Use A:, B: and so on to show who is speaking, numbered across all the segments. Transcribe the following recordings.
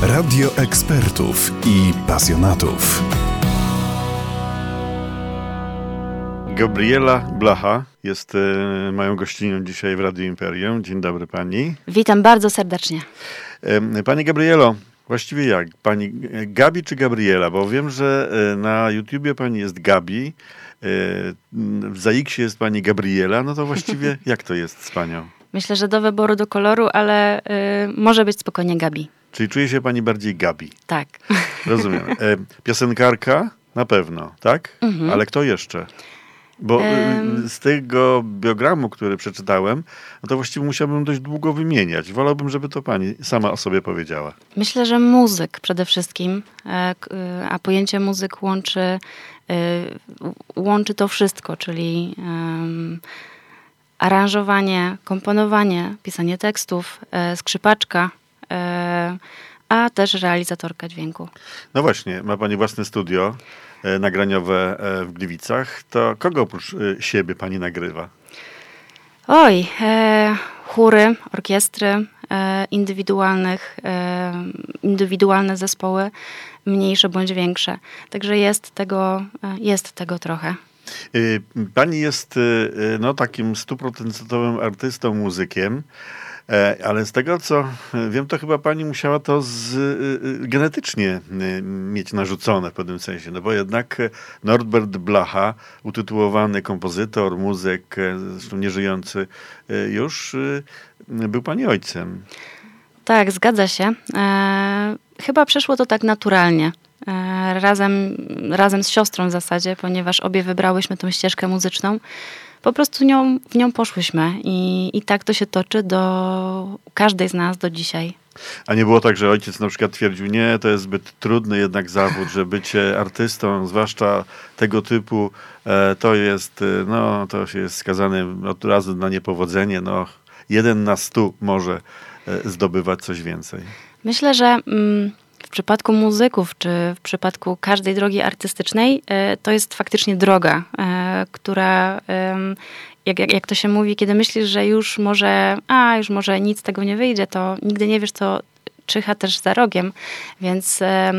A: Radio ekspertów i pasjonatów.
B: Gabriela Blacha jest moją gościnią dzisiaj w Radiu Imperium. Dzień dobry pani.
C: Witam bardzo serdecznie.
B: Pani Gabrielo, właściwie jak? Pani Gabi czy Gabriela? Bo wiem, że na YouTubie pani jest Gabi, w ZAX jest pani Gabriela. No to właściwie jak to jest z panią?
C: Myślę, że do wyboru, do koloru, ale może być spokojnie Gabi.
B: Czyli czuje się pani bardziej Gabi?
C: Tak.
B: Rozumiem. Piosenkarka? Na pewno, tak?
C: Mhm.
B: Ale kto jeszcze? Bo z tego biogramu, który przeczytałem, no to właściwie musiałbym dość długo wymieniać. Wolałbym, żeby to pani sama o sobie powiedziała.
C: Myślę, że muzyk przede wszystkim, a pojęcie muzyk łączy to wszystko, czyli aranżowanie, komponowanie, pisanie tekstów, skrzypaczka, a też realizatorka dźwięku.
B: No właśnie, ma pani własne studio nagraniowe w Gliwicach. To kogo oprócz siebie pani nagrywa?
C: Oj, chóry, orkiestry, indywidualne zespoły, mniejsze bądź większe. Także jest tego trochę.
B: Pani jest takim 100% artystą, muzykiem, ale z tego co wiem, to chyba pani musiała to genetycznie mieć narzucone w pewnym sensie, no bo jednak Norbert Blacha, utytułowany kompozytor, muzyk, zresztą nieżyjący już, był pani ojcem.
C: Tak, zgadza się. Chyba przeszło to tak naturalnie. Razem z siostrą w zasadzie, ponieważ obie wybrałyśmy tą ścieżkę muzyczną. Po prostu w nią poszłyśmy i tak to się toczy do każdej z nas do dzisiaj.
B: A nie było tak, że ojciec na przykład twierdził, nie, to jest zbyt trudny jednak zawód, że bycie artystą, zwłaszcza tego typu, to jest skazane od razu na niepowodzenie. 1 na 100 może zdobywać coś więcej.
C: Myślę, że w przypadku muzyków, czy w przypadku każdej drogi artystycznej, to jest faktycznie droga, która, jak to się mówi, kiedy myślisz, że już może nic z tego nie wyjdzie, to nigdy nie wiesz, co czyha też za rogiem. Więc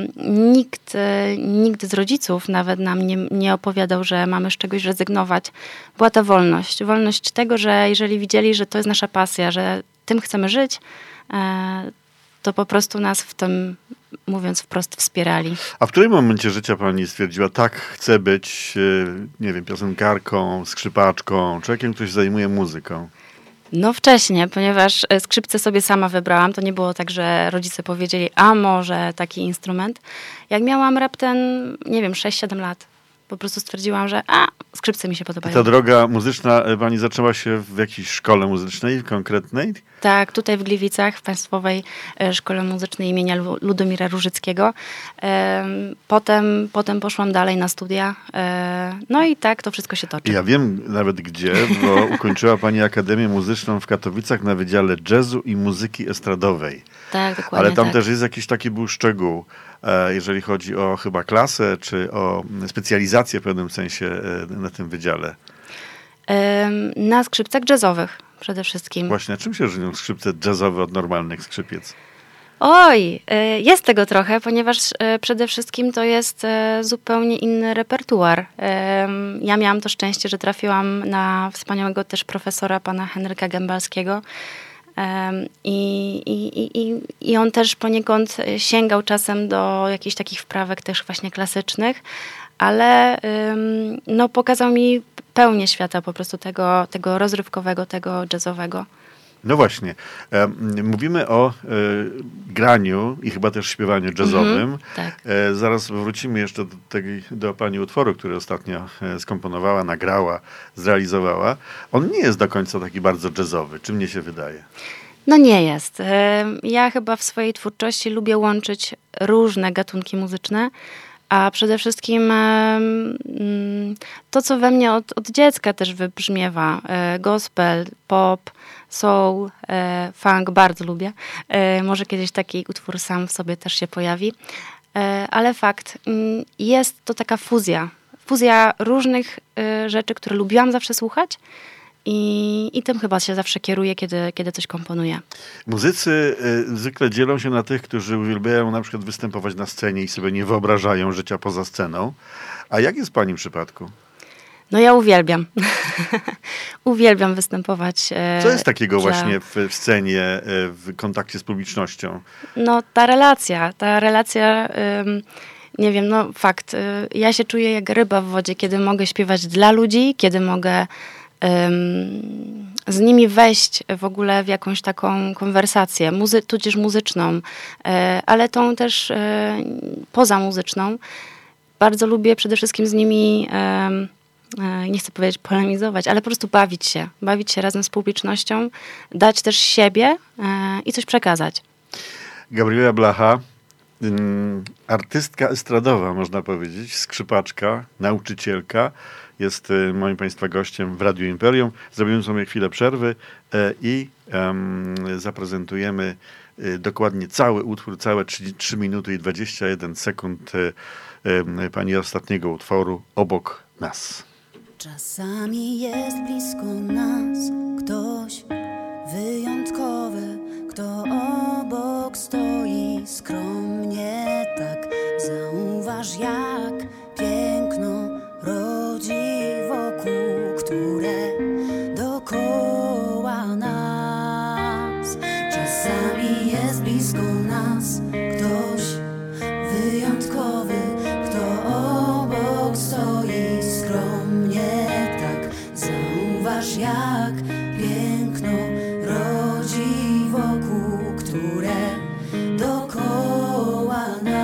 C: nikt z rodziców nawet nam nie opowiadał, że mamy z czegoś rezygnować. Była ta wolność. Wolność tego, że jeżeli widzieli, że to jest nasza pasja, że tym chcemy żyć, to po prostu nas w tym, mówiąc wprost, wspierali.
B: A w którym momencie życia pani stwierdziła, tak, chcę być, piosenkarką, skrzypaczką, człowiekiem, który się zajmuje muzyką?
C: No wcześniej, ponieważ skrzypce sobie sama wybrałam. To nie było tak, że rodzice powiedzieli, a może taki instrument. Jak miałam raptem, 6-7 lat, po prostu stwierdziłam, że skrzypce mi się podobają.
B: I ta droga muzyczna pani zaczęła się w jakiejś szkole muzycznej konkretnej?
C: Tak, tutaj w Gliwicach, w Państwowej Szkole Muzycznej imienia Ludomira Różyckiego. Potem poszłam dalej na studia. No i tak to wszystko się toczy.
B: Ja wiem nawet gdzie, bo ukończyła pani Akademię Muzyczną w Katowicach na Wydziale Jazzu i Muzyki Estradowej.
C: Tak, dokładnie.
B: Ale tam
C: tak.
B: też jest jakiś taki był szczegół, jeżeli chodzi o chyba klasę, czy o specjalizację w pewnym sensie na tym wydziale.
C: Na skrzypcach jazzowych przede wszystkim.
B: Właśnie, a czym się różnią skrzypce jazzowe od normalnych skrzypiec?
C: Oj, jest tego trochę, ponieważ przede wszystkim to jest zupełnie inny repertuar. Ja miałam to szczęście, że trafiłam na wspaniałego też profesora, pana Henryka Gębalskiego. I on też poniekąd sięgał czasem do jakichś takich wprawek też właśnie klasycznych, ale pokazał mi pełnię świata po prostu tego rozrywkowego, tego jazzowego.
B: No właśnie. Mówimy o graniu i chyba też śpiewaniu jazzowym.
C: Tak.
B: Zaraz wrócimy jeszcze do pani utworu, który ostatnio skomponowała, nagrała, zrealizowała. On nie jest do końca taki bardzo jazzowy. Czy mnie się wydaje?
C: No nie jest. Ja chyba w swojej twórczości lubię łączyć różne gatunki muzyczne, a przede wszystkim to, co we mnie od dziecka też wybrzmiewa. Gospel, pop, soul, funk bardzo lubię. Może kiedyś taki utwór sam w sobie też się pojawi. Ale fakt, jest to taka fuzja różnych rzeczy, które lubiłam zawsze słuchać I tym chyba się zawsze kieruję, kiedy coś komponuję.
B: Muzycy zwykle dzielą się na tych, którzy uwielbiają na przykład występować na scenie i sobie nie wyobrażają życia poza sceną. A jak jest w pani przypadku?
C: No ja uwielbiam. Uwielbiam występować.
B: Co jest takiego właśnie w scenie, w kontakcie z publicznością?
C: No ta relacja, nie wiem, no fakt. Ja się czuję jak ryba w wodzie, kiedy mogę śpiewać dla ludzi, kiedy mogę z nimi wejść w ogóle w jakąś taką konwersację, tudzież muzyczną, ale tą też pozamuzyczną. Bardzo lubię przede wszystkim z nimi, nie chcę powiedzieć polemizować, ale po prostu bawić się razem z publicznością, dać też siebie i coś przekazać.
B: Gabriela Blacha, artystka estradowa, można powiedzieć, skrzypaczka, nauczycielka, jest moim państwa gościem w Radiu Imperium. Zrobimy sobie chwilę przerwy i zaprezentujemy dokładnie cały utwór, całe 3 minuty i 21 sekund pani ostatniego utworu Obok nas.
D: Czasami jest blisko nas ktoś wyjątkowy, kto obok stoi skromnie tak. Zauważ, jak piękno rodzi wokół, które dookoła nas. Czasami jest blisko nas ktoś wyjątkowy, kto obok stoi skromnie tak. Zauważ, jak piękno rodzi wokół, które dookoła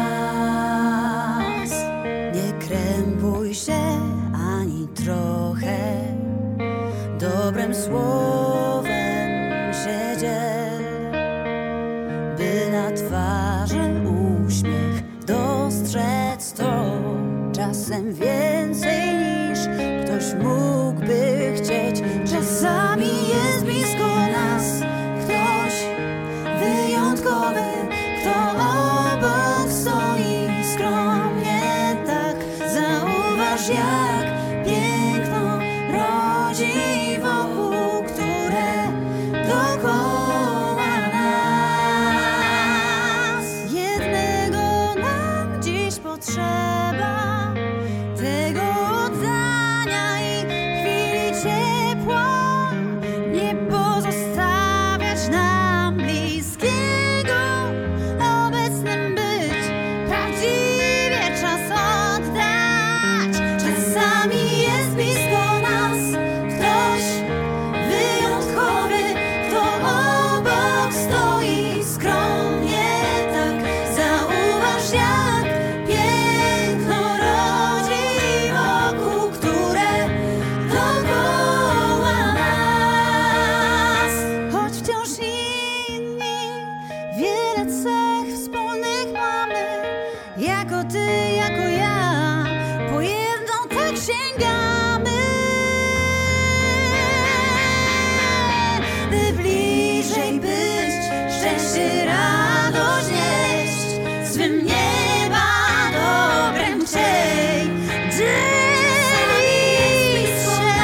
D: nas. Nie krępuj się ani trochę, dobrym słowem się dziel, by na twarzy uśmiech dostrzec to czasem więcej niż ktoś mógłby chcieć. Czasami jest blisko nas ktoś wyjątkowy, kto obok stoi skromnie tak. Zauważ, jak piękno rodzi wokół, które dookoła nas. Jednego nam dziś potrzeba, tego oddania i chwili ciepła. Nie pozostawiać nam bliskiego, obecnym być, prawdziwie czas oddać. Czasami jest blisko nas ktoś wyjątkowy, kto obok stoi skromnie tak. Zauważ, jak piękno rodzi wokół, które dookoła nas. Choć wciąż inni wiele cech wspólnych mamy, jako ty, jako ja, po jedną tak sięgamy, by bliżej być, szczęście, radość nieść, swym nieba dobrem chciej dzielić się.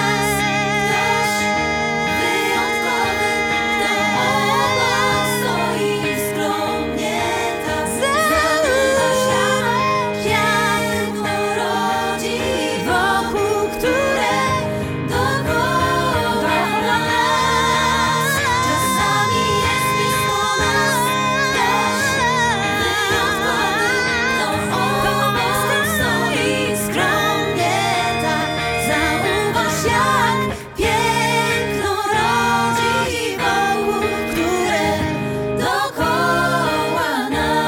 D: Wyjątkowy, kto obok stoi skromnie tak. Zauważ, jak piękno rodzi wokół, które dookoła nas. Czasami jest blisko nas ktoś wyjątkowy, kto obok stoi skromnie tak. Zauważ, jak piękno rodzi wokół, które dookoła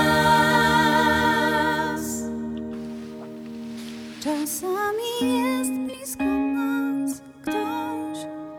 D: nas. Czasami jest blisko nas ktoś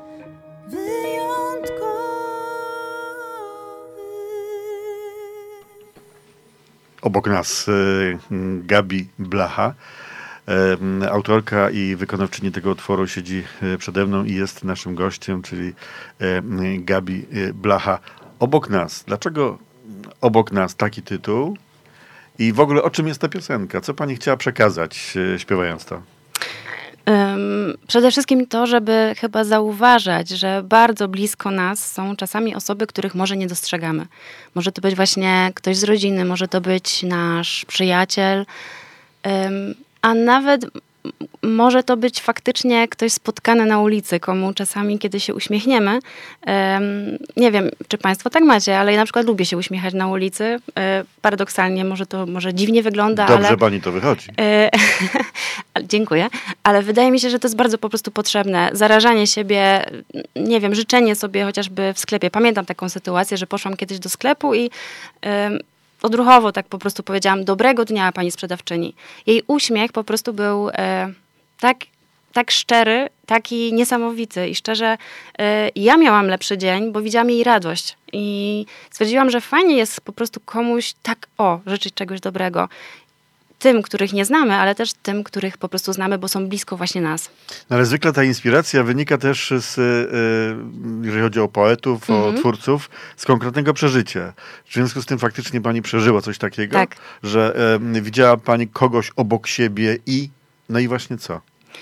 D: wyjątkowy.
B: Obok nas Gabi Blacha, autorka i wykonawczyni tego utworu, siedzi przede mną i jest naszym gościem, czyli Gabi Blacha. Obok nas. Dlaczego obok nas taki tytuł? I w ogóle o czym jest ta piosenka? Co pani chciała przekazać, śpiewając to?
C: Przede wszystkim to, żeby chyba zauważać, że bardzo blisko nas są czasami osoby, których może nie dostrzegamy. Może to być właśnie ktoś z rodziny, może to być nasz przyjaciel, a nawet może to być faktycznie ktoś spotkany na ulicy, komu czasami, kiedy się uśmiechniemy, nie wiem, czy państwo tak macie, ale ja na przykład lubię się uśmiechać na ulicy. Paradoksalnie może dziwnie wygląda,
B: Dobrze
C: ale...
B: pani to wychodzi.
C: Dziękuję, ale wydaje mi się, że to jest bardzo po prostu potrzebne. Zarażanie siebie, nie wiem, życzenie sobie chociażby w sklepie. Pamiętam taką sytuację, że poszłam kiedyś do sklepu i odruchowo tak po prostu powiedziałam: dobrego dnia, pani sprzedawczyni. Jej uśmiech po prostu był tak szczery, taki niesamowity i szczerze ja miałam lepszy dzień, bo widziałam jej radość i stwierdziłam, że fajnie jest po prostu komuś tak życzyć czegoś dobrego. Tym, których nie znamy, ale też tym, których po prostu znamy, bo są blisko właśnie nas.
B: No ale zwykle ta inspiracja wynika też jeżeli chodzi o poetów, o twórców, z konkretnego przeżycia. W związku z tym faktycznie pani przeżyła coś takiego,
C: Tak.
B: że widziała pani kogoś obok siebie no i właśnie co?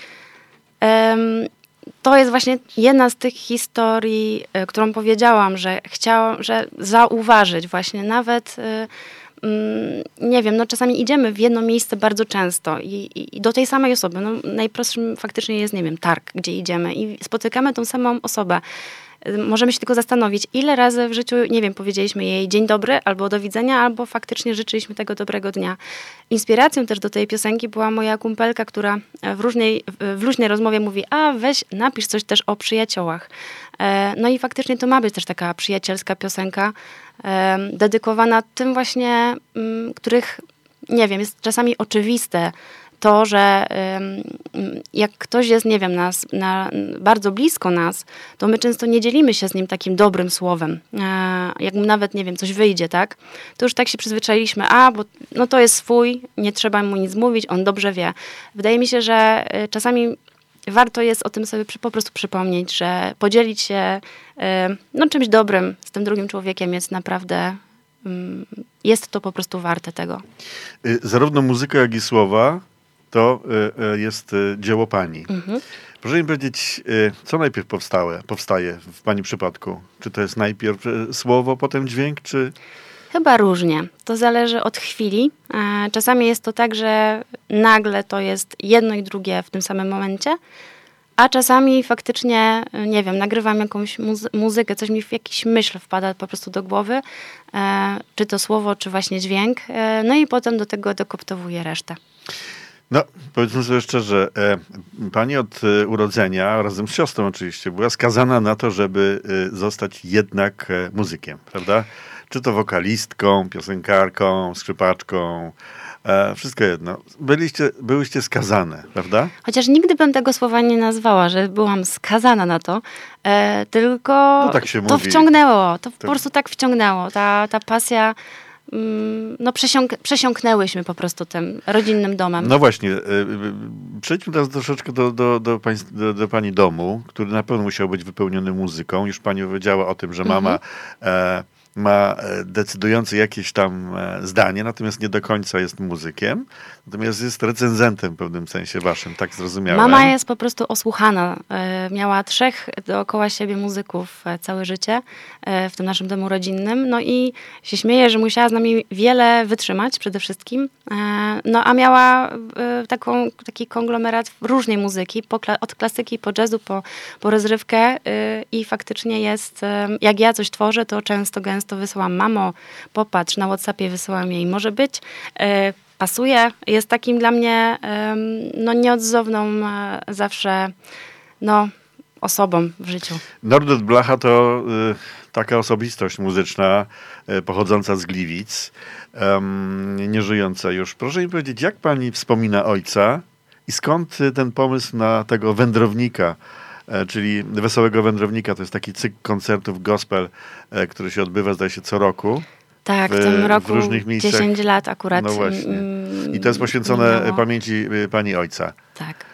C: To jest właśnie jedna z tych historii, którą powiedziałam, że chciałam, zauważyć właśnie nawet... nie wiem, czasami idziemy w jedno miejsce bardzo często i do tej samej osoby, najprostszym faktycznie jest, nie wiem, targ, gdzie idziemy i spotykamy tą samą osobę. Możemy się tylko zastanowić, ile razy w życiu, nie wiem, powiedzieliśmy jej dzień dobry, albo do widzenia, albo faktycznie życzyliśmy tego dobrego dnia. Inspiracją też do tej piosenki była moja kumpelka, która w luźnej rozmowie mówi: weź napisz coś też o przyjaciołach. No i faktycznie to ma być też taka przyjacielska piosenka, dedykowana tym właśnie, których, nie wiem, jest czasami oczywiste to, że jak ktoś jest, nie wiem, bardzo blisko nas, to my często nie dzielimy się z nim takim dobrym słowem. Jak mu nawet, nie wiem, coś wyjdzie, tak? To już tak się przyzwyczailiśmy, bo to jest swój, nie trzeba mu nic mówić, on dobrze wie. Wydaje mi się, że czasami warto jest o tym sobie po prostu przypomnieć, że podzielić się czymś dobrym z tym drugim człowiekiem jest naprawdę, jest to po prostu warte tego.
B: Zarówno muzyka, jak i słowa to jest dzieło pani. Proszę mi powiedzieć, co najpierw powstaje w pani przypadku? Czy to jest najpierw słowo, potem dźwięk, czy...
C: Chyba różnie. To zależy od chwili. Czasami jest to tak, że nagle to jest jedno i drugie w tym samym momencie, a czasami faktycznie, nie wiem, nagrywam jakąś muzykę, coś mi w jakiś myśl wpada po prostu do głowy, czy to słowo, czy właśnie dźwięk, no i potem do tego dokoptowuję resztę.
B: No, powiedzmy sobie szczerze, pani od urodzenia, razem z siostrą oczywiście, była skazana na to, żeby zostać jednak muzykiem, prawda? Czy to wokalistką, piosenkarką, skrzypaczką, wszystko jedno. Byłyście skazane, prawda?
C: Chociaż nigdy bym tego słowa nie nazwała, że byłam skazana na to, tylko
B: tak się
C: to
B: mówi.
C: wciągnęło, to po prostu tak wciągnęło. Ta pasja, przesiąknęłyśmy po prostu tym rodzinnym domem.
B: No właśnie, przejdźmy teraz troszeczkę do pani domu, który na pewno musiał być wypełniony muzyką. Już pani powiedziała o tym, że mama ma decydujące jakieś tam zdanie, natomiast nie do końca jest muzykiem, natomiast jest recenzentem w pewnym sensie waszym, tak zrozumiałem.
C: Mama jest po prostu osłuchana. Miała 3 dookoła siebie muzyków całe życie w tym naszym domu rodzinnym. No i się śmieję, że musiała z nami wiele wytrzymać przede wszystkim. No a miała taki konglomerat różnej muzyki, od klasyki po jazzu, po rozrywkę i faktycznie jest, jak ja coś tworzę, to często gęsto wysyłam: mamo, popatrz, na WhatsAppie wysyłam jej, może być, pasuje, jest takim dla mnie nieodzowną zawsze osobą w życiu.
B: Norbert Blacha to taka osobistość muzyczna pochodząca z Gliwic, nieżyjąca już. Proszę mi powiedzieć, jak pani wspomina ojca i skąd ten pomysł na tego wędrownika, czyli Wesołego Wędrownika? To jest taki cykl koncertów gospel, który się odbywa, zdaje się, co roku.
C: Tak, w tym roku
B: w różnych miejscach.
C: 10 lat akurat.
B: No właśnie. I to jest poświęcone pamięci pani ojca.
C: Tak.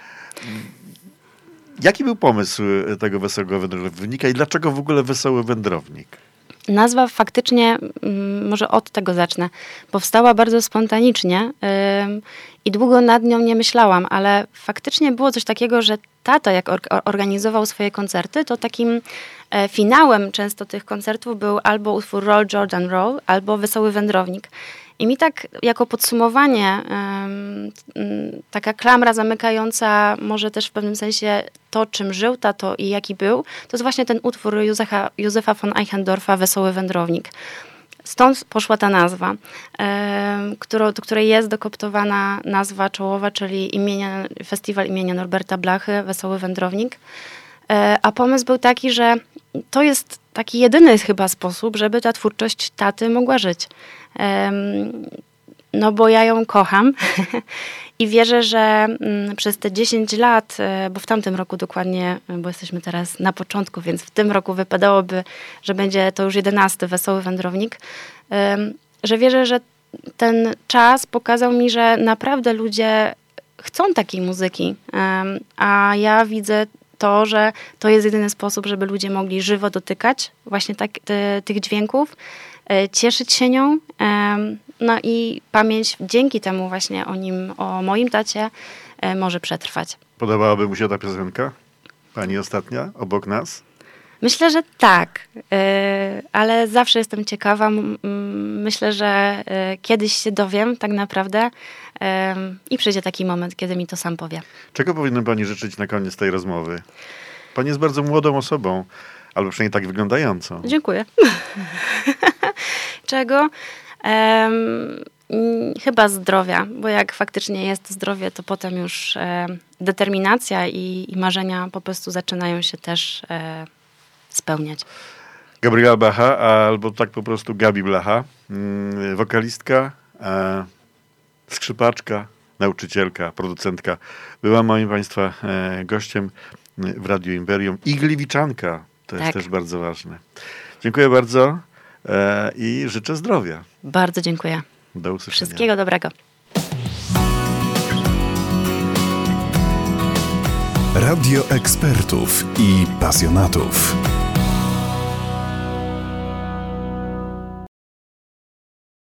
B: Jaki był pomysł tego Wesołego Wędrownika i dlaczego w ogóle Wesoły Wędrownik?
C: Nazwa faktycznie, może od tego zacznę, powstała bardzo spontanicznie i długo nad nią nie myślałam, ale faktycznie było coś takiego, że tata jak organizował swoje koncerty, to takim finałem często tych koncertów był albo utwór Roll Jordan Roll, albo Wesoły Wędrownik. I mi tak jako podsumowanie, taka klamra zamykająca może też w pewnym sensie to, czym żył tato i jaki był, to jest właśnie ten utwór Józefa von Eichendorfa Wesoły Wędrownik. Stąd poszła ta nazwa, do której jest dokoptowana nazwa czołowa, czyli festiwal imienia Norberta Blachy, Wesoły Wędrownik. A pomysł był taki, że to jest taki jedyny chyba sposób, żeby ta twórczość taty mogła żyć. No bo ja ją kocham i wierzę, że przez te 10 lat, bo w tamtym roku dokładnie, bo jesteśmy teraz na początku, więc w tym roku wypadałoby, że będzie to już 11 Wesoły Wędrownik, że wierzę, że ten czas pokazał mi, że naprawdę ludzie chcą takiej muzyki, a ja widzę to, że to jest jedyny sposób, żeby ludzie mogli żywo dotykać właśnie tych dźwięków, cieszyć się nią. No i pamięć dzięki temu właśnie o moim tacie może przetrwać.
B: Podobałaby mu się ta piosenka? Pani ostatnia, obok nas?
C: Myślę, że tak, ale zawsze jestem ciekawa. Myślę, że kiedyś się dowiem tak naprawdę i przyjdzie taki moment, kiedy mi to sam powie.
B: Czego powinna pani życzyć na koniec tej rozmowy? Pani jest bardzo młodą osobą, albo przynajmniej tak wyglądającą.
C: Dziękuję. Czego? Chyba zdrowia, bo jak faktycznie jest zdrowie, to potem już determinacja i marzenia po prostu zaczynają się też spełniać.
B: Gabriela Blacha, albo tak po prostu Gabi Blacha, wokalistka, skrzypaczka, nauczycielka, producentka. Była moim państwa gościem w Radiu Imperium i gliwiczanka. To jest też bardzo ważne. Dziękuję bardzo i życzę zdrowia.
C: Bardzo dziękuję.
B: Do usłyszenia.
C: Wszystkiego dobrego.
A: Radio ekspertów i pasjonatów.